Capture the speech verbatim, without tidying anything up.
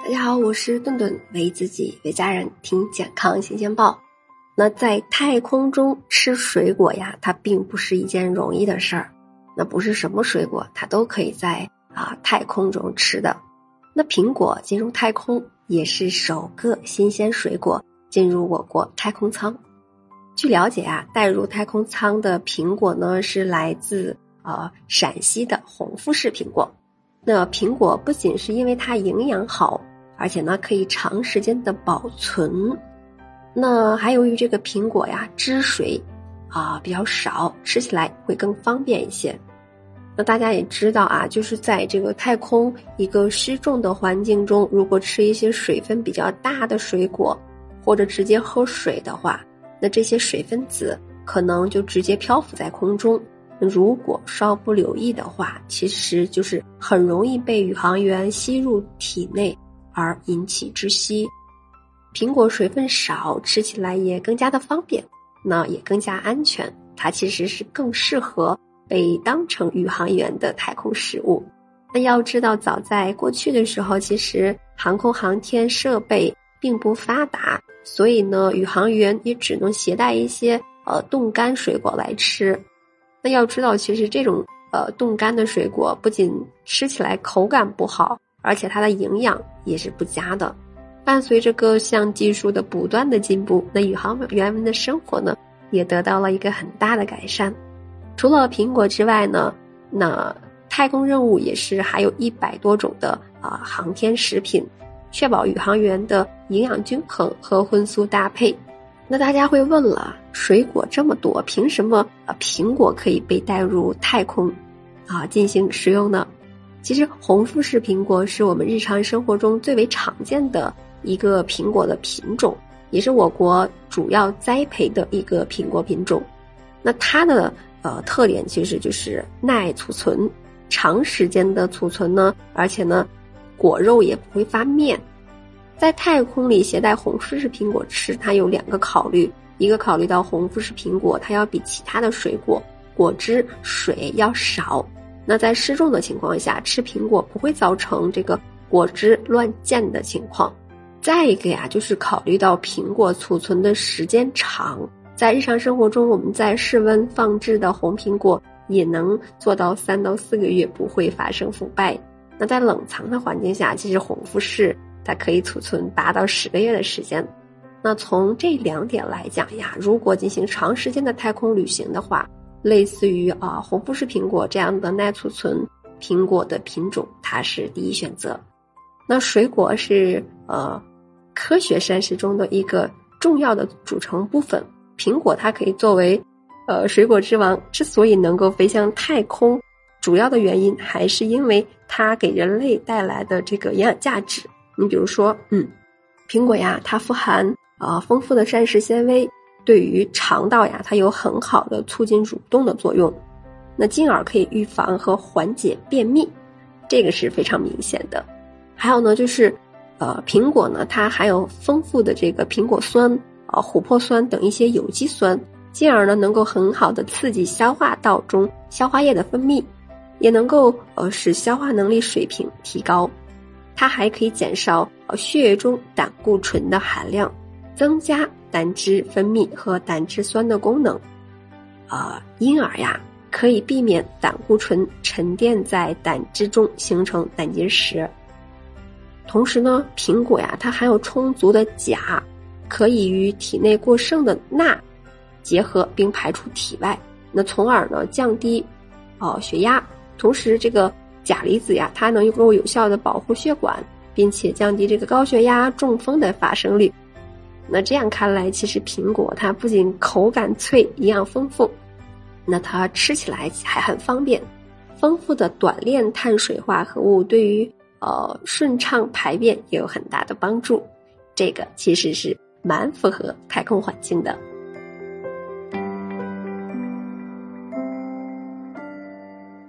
大家好，我是顿顿，为自己为家人听健康新鲜报。那在太空中吃水果呀，它并不是一件容易的事儿。那不是什么水果它都可以在啊太空中吃的。那苹果进入太空也是首个新鲜水果进入我国太空舱。据了解啊，带入太空舱的苹果呢是来自呃陕西的红富士苹果。那苹果不仅是因为它营养好，而且呢可以长时间的保存。那还由于这个苹果呀汁水啊比较少，吃起来会更方便一些。那大家也知道啊，就是在这个太空一个失重的环境中，如果吃一些水分比较大的水果，或者直接喝水的话，那这些水分子可能就直接漂浮在空中。如果稍不留意的话，其实就是很容易被宇航员吸入体内而引起窒息。苹果水分少，吃起来也更加的方便，那也更加安全，它其实是更适合被当成宇航员的太空食物。那要知道，早在过去的时候，其实航空航天设备并不发达，所以呢，宇航员也只能携带一些呃冻干水果来吃。那要知道，其实这种呃冻干的水果不仅吃起来口感不好，而且它的营养也是不佳的。伴随着各项技术的不断的进步，那宇航员们的生活呢也得到了一个很大的改善。除了苹果之外呢，那太空任务也是还有一百多种的啊、呃、航天食品，确保宇航员的营养均衡和荤素搭配。那大家会问了，水果这么多，凭什么啊苹果可以被带入太空啊进行食用呢？其实红富士苹果是我们日常生活中最为常见的一个苹果的品种，也是我国主要栽培的一个苹果品种。那它的呃特点其实就是耐储存，长时间的储存呢，而且呢果肉也不会发面。在太空里携带红富士苹果吃，它有两个考虑，一个考虑到红富士苹果它要比其他的水果果汁水要少，那在失重的情况下吃苹果不会造成这个果汁乱溅的情况。再一个呀，就是考虑到苹果储存的时间长，在日常生活中我们在室温放置的红苹果也能做到三到四个月不会发生腐败。那在冷藏的环境下，其实红富士它可以储存八到十个月的时间。那从这两点来讲呀，如果进行长时间的太空旅行的话，类似于啊红富士苹果这样的耐储存苹果的品种，它是第一选择。那水果是呃科学膳食中的一个重要的组成部分，苹果它可以作为呃水果之王，之所以能够飞向太空，主要的原因还是因为它给人类带来的这个营养价值。你比如说，嗯，苹果呀，它富含啊、呃、丰富的膳食纤维，对于肠道呀，它有很好的促进蠕动的作用，那进而可以预防和缓解便秘，这个是非常明显的。还有呢，就是呃，苹果呢，它含有丰富的这个苹果酸、啊、呃、琥珀酸等一些有机酸，进而呢能够很好的刺激消化道中消化液的分泌，也能够呃使消化能力水平提高。它还可以减少呃血液中胆固醇的含量，增加胆汁分泌和胆汁酸的功能，呃，因而呀可以避免胆固醇沉淀在胆汁中形成胆结石。同时呢，苹果呀它含有充足的钾，可以与体内过剩的钠结合并排出体外，那从而呢降低呃血压。同时这个钾离子呀，它能够有效的保护血管，并且降低这个高血压、中风的发生率。那这样看来，其实苹果它不仅口感脆、营养丰富，那它吃起来还很方便。丰富的短链碳水化合物对于呃顺畅排便也有很大的帮助。这个其实是蛮符合太空环境的。